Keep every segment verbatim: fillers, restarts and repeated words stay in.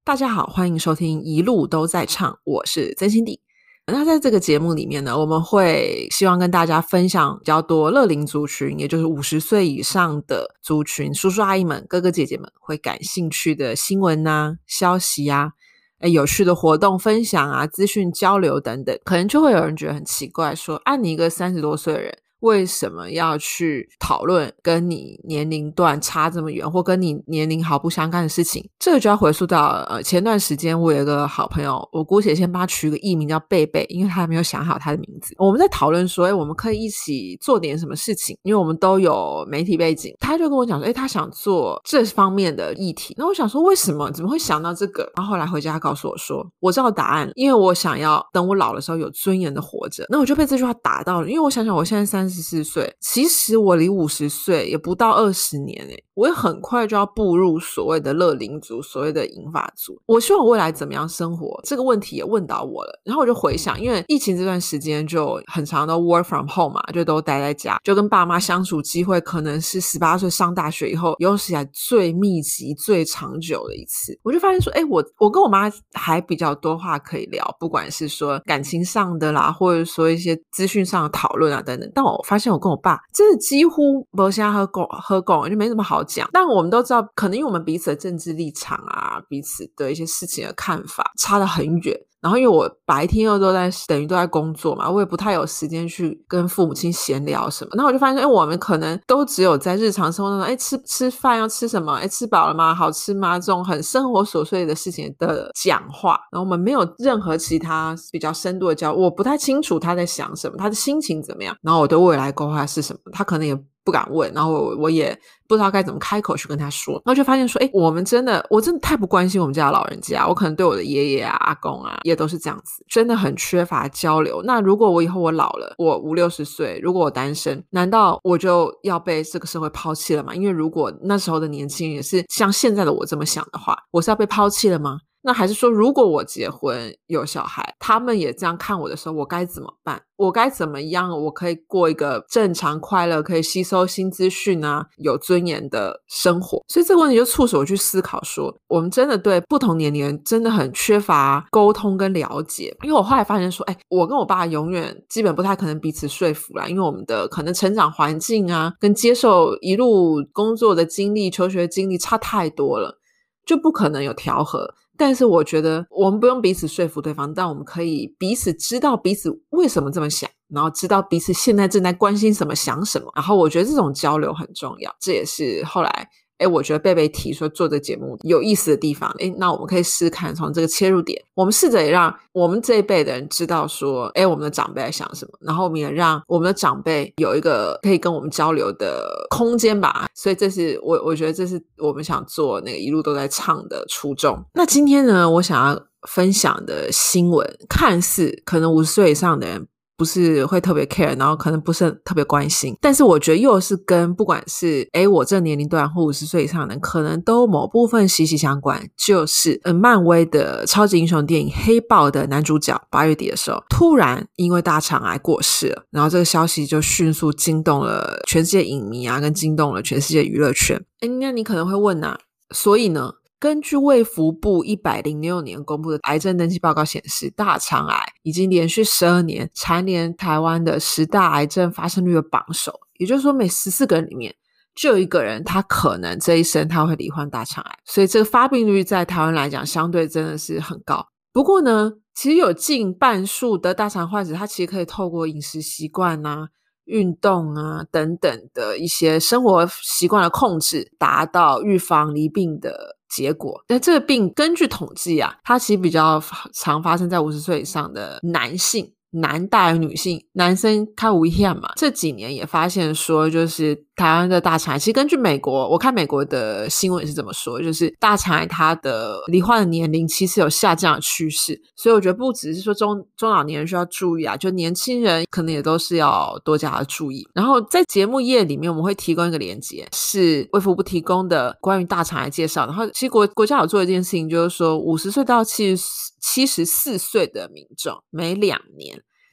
大家好，欢迎收听一路都在唱，我是曾心底。那在这个节目里面呢，我们会希望跟大家分享比较多乐龄族群，也就是五十岁以上的族群，叔叔阿姨们、哥哥姐姐们会感兴趣的新闻啊、消息啊、有趣的活动分享啊、资讯交流等等。可能就会有人觉得很奇怪，说按你一个三十多岁的人，为什么要去讨论跟你年龄段差这么远或跟你年龄毫不相干的事情？这个就要回溯到呃前段时间我有一个好朋友，我姑且先帮他取个艺名叫贝贝，因为他还没有想好他的名字。我们在讨论说诶我们可以一起做点什么事情，因为我们都有媒体背景。他就跟我讲说诶他想做这方面的议题。那我想说为什么怎么会想到这个？然后后来回家他告诉我说我知道答案，因为我想要等我老的时候有尊严的活着。那我就被这句话打到了，因为我想想我现在三十四岁，其实我离五十岁也不到二十年诶，我也很快就要步入所谓的乐龄族，所谓的银发族。我希望我未来怎么样生活，这个问题也问到我了。然后我就回想，因为疫情这段时间就很长都 work from home 嘛，就都待在家，就跟爸妈相处机会可能是十八岁上大学以后有史以来最密集最长久的一次。我就发现说诶我我跟我妈还比较多话可以聊，不管是说感情上的啦，或者说一些资讯上的讨论啊等等。但我发现我跟我爸真的几乎没现在喝共喝共就没什么好讲。但我们都知道可能因为我们彼此的政治立场啊，彼此的一些事情的看法差得很远。然后因为我白天又都在等于都在工作嘛，我也不太有时间去跟父母亲闲聊什么。那我就发现诶我们可能都只有在日常生活中诶吃吃饭要吃什么，诶吃饱了吗，好吃吗，这种很生活琐碎的事情的讲话。然后我们没有任何其他比较深度的交流，我不太清楚他在想什么，他的心情怎么样，然后我对未来规划是什么，他可能也不敢问，然后我我也不知道该怎么开口去跟他说。然后就发现说诶我们真的我真的太不关心我们家的老人家，我可能对我的爷爷啊阿公啊也都是这样子，真的很缺乏交流。那如果我以后我老了，我五六十岁，如果我单身，难道我就要被这个社会抛弃了吗？因为如果那时候的年轻人也是像现在的我这么想的话，我是要被抛弃了吗？那还是说如果我结婚有小孩，他们也这样看我的时候，我该怎么办？我该怎么样我可以过一个正常快乐可以吸收新资讯啊有尊严的生活？所以这个问题就促使我去思考说我们真的对不同年龄人真的很缺乏沟通跟了解。因为我后来发现说诶我跟我爸永远基本不太可能彼此说服啦，因为我们的可能成长环境啊跟接受一路工作的经历求学经历差太多了，就不可能有调和。但是我觉得我们不用彼此说服对方，但我们可以彼此知道彼此为什么这么想，然后知道彼此现在正在关心什么想什么。然后我觉得这种交流很重要，这也是后来诶我觉得贝贝提说做这节目有意思的地方。诶那我们可以试试看从这个切入点，我们试着也让我们这一辈的人知道说诶我们的长辈在想什么，然后我们也让我们的长辈有一个可以跟我们交流的空间吧。所以这是我我觉得这是我们想做那个一路都在唱的初衷。那今天呢我想要分享的新闻看似可能五十岁以上的人不是会特别 care， 然后可能不是特别关心，但是我觉得又是跟不管是诶我这年龄段或五十岁以上的人可能都某部分息息相关。就是呃漫威的超级英雄电影黑豹的男主角八月底的时候突然因为大肠癌过世了，然后这个消息就迅速惊动了全世界影迷啊，跟惊动了全世界娱乐圈。诶那你可能会问啊，所以呢根据卫福部一百零六年公布的癌症登记报告显示，大肠癌已经连续十二年蝉联台湾的十大癌症发生率的榜首。也就是说每十四个人里面就有一个人他可能这一生他会罹患大肠癌，所以这个发病率在台湾来讲相对真的是很高。不过呢其实有近半数的大肠患者他其实可以透过饮食习惯啊运动啊等等的一些生活习惯的控制达到预防罹病的结果。但这个病根据统计啊，它其实比较常发生在五十岁以上的男性，男大于女性，男生较有险嘛。这几年也发现说就是台湾的大肠癌，其实根据美国我看美国的新闻也是这么说，就是大肠癌它的罹患的年龄其实有下降的趋势。所以我觉得不只是说中中老年人需要注意啊，就年轻人可能也都是要多加的注意。然后在节目页里面我们会提供一个连结，是卫福部提供的关于大肠癌介绍。然后其实国国家有做一件事情，就是说五十岁到七十四岁的民众每两年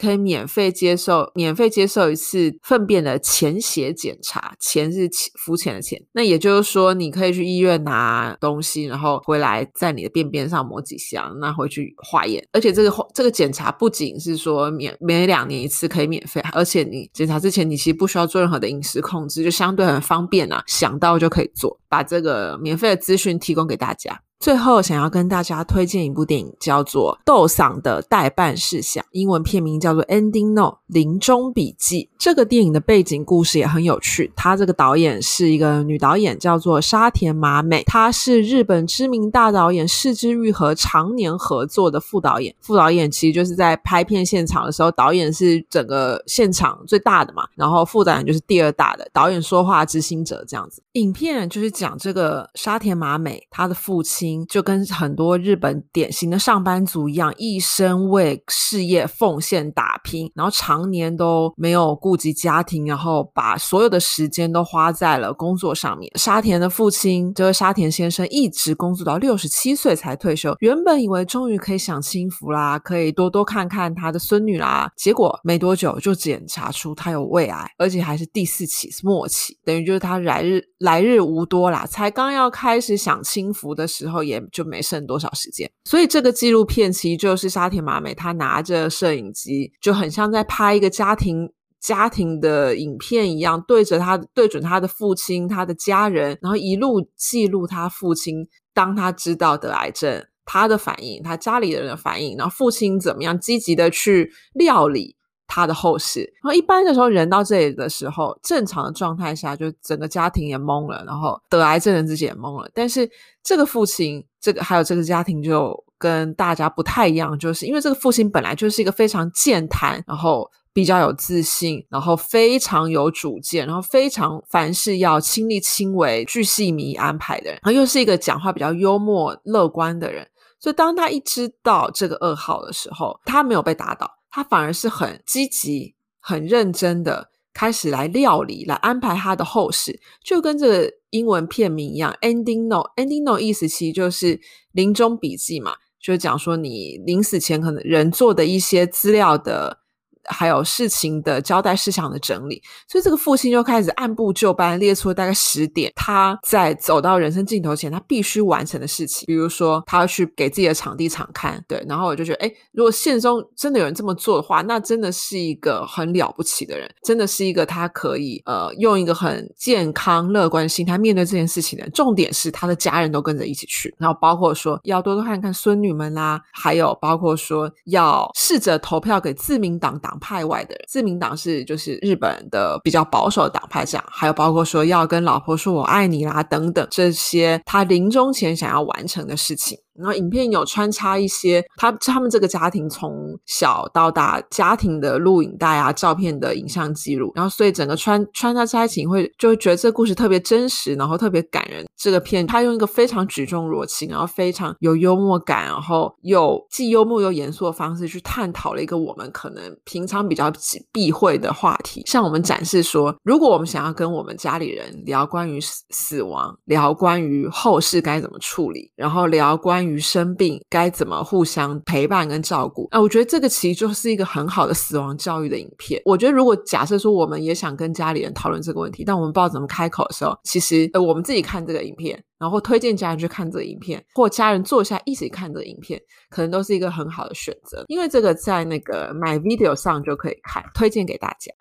可以免费接受免费接受一次粪便的潜血检查，潜是浮潜的潜，那也就是说你可以去医院拿东西，然后回来在你的便便上抹几下，那回去化验。而且这个这个检查不仅是说免每两年一次可以免费，而且你检查之前你其实不需要做任何的饮食控制，就相对很方便啊，想到就可以做，把这个免费的资讯提供给大家。最后想要跟大家推荐一部电影，叫做豆桑的待办事项，英文片名叫做 Ending Note 临终笔记。这个电影的背景故事也很有趣，她这个导演是一个女导演，叫做沙田麻美，她是日本知名大导演是枝裕和常年合作的副导演。副导演其实就是在拍片现场的时候，导演是整个现场最大的嘛，然后副导演就是第二大的，导演说话执行者这样子。影片就是讲这个沙田麻美她的父亲就跟很多日本典型的上班族一样，一生为事业奉献打拼，然后常年都没有顾及家庭，然后把所有的时间都花在了工作上面。沙田的父亲这位沙田先生一直工作到六十七岁才退休，原本以为终于可以享清福啦，可以多多看看他的孙女啦，结果没多久就检查出他有胃癌，而且还是第四期，是末期，等于就是他来日来日无多啦，才刚要开始享清福的时候也就没剩多少时间。所以这个纪录片其实就是沙田麻美她拿着摄影机，就很像在拍一个家庭家庭的影片一样，对着他对准他的父亲他的家人，然后一路记录他父亲当他知道得癌症他的反应，他家里的人的反应，然后父亲怎么样积极的去料理他的后事。然后一般的时候人到这里的时候，正常的状态下就整个家庭也懵了，然后得癌症的自己也懵了，但是这个父亲这个还有这个家庭就跟大家不太一样，就是因为这个父亲本来就是一个非常健谈，然后比较有自信，然后非常有主见，然后非常凡事要亲力亲为巨细靡安排的人，然后又是一个讲话比较幽默乐观的人。所以当他一知道这个噩耗的时候，他没有被打倒，他反而是很积极很认真的开始来料理来安排他的后事，就跟这个英文片名一样 Ending Note Ending Note 意思其实就是临终笔记嘛，就是讲说你临死前可能人做的一些资料的还有事情的交代事项的整理。所以这个父亲就开始按部就班列出了大概十点他在走到人生尽头前他必须完成的事情，比如说他要去给自己的场地场看，对，然后我就觉得诶如果现实中真的有人这么做的话，那真的是一个很了不起的人，真的是一个他可以呃用一个很健康乐观的心态面对这件事情的人。重点是他的家人都跟着一起去，然后包括说要多多看看孙女们啦，还有包括说要试着投票给自民党党派外的人，自民党是就是日本的比较保守的党派这样，还有包括说要跟老婆说我爱你啦等等，这些他临终前想要完成的事情。然后影片有穿插一些他他们这个家庭从小到大家庭的录影带啊照片的影像记录，然后所以整个穿穿插在一起会就会觉得这个故事特别真实，然后特别感人。这个片他用一个非常举重若轻，然后非常有幽默感，然后又既幽默又严肃的方式去探讨了一个我们可能平常比较避讳的话题。像我们展示说，如果我们想要跟我们家里人聊关于死亡，聊关于后事该怎么处理，然后聊关于生病该怎么互相陪伴跟照顾，那我觉得这个其实就是一个很好的死亡教育的影片。我觉得如果假设说我们也想跟家里人讨论这个问题，但我们不知道怎么开口的时候，其实、呃、我们自己看这个影片，然后推荐家人去看这个影片，或家人坐下一起看这个影片，可能都是一个很好的选择。因为这个在那个 My Video 上就可以看，推荐给大家。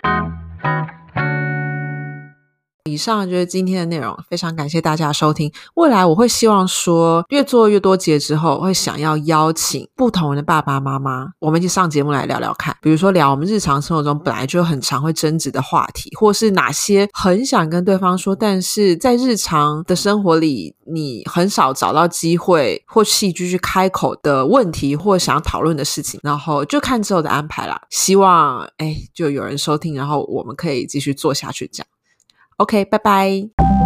以上就是今天的内容，非常感谢大家的收听。未来我会希望说越做越多节之后，会想要邀请不同的爸爸妈妈，我们一起上节目来聊聊看，比如说聊我们日常生活中本来就很常会争执的话题，或是哪些很想跟对方说但是在日常的生活里你很少找到机会或戏剧去开口的问题或想要讨论的事情，然后就看之后的安排啦。希望诶就有人收听，然后我们可以继续做下去这样。OK， 拜拜。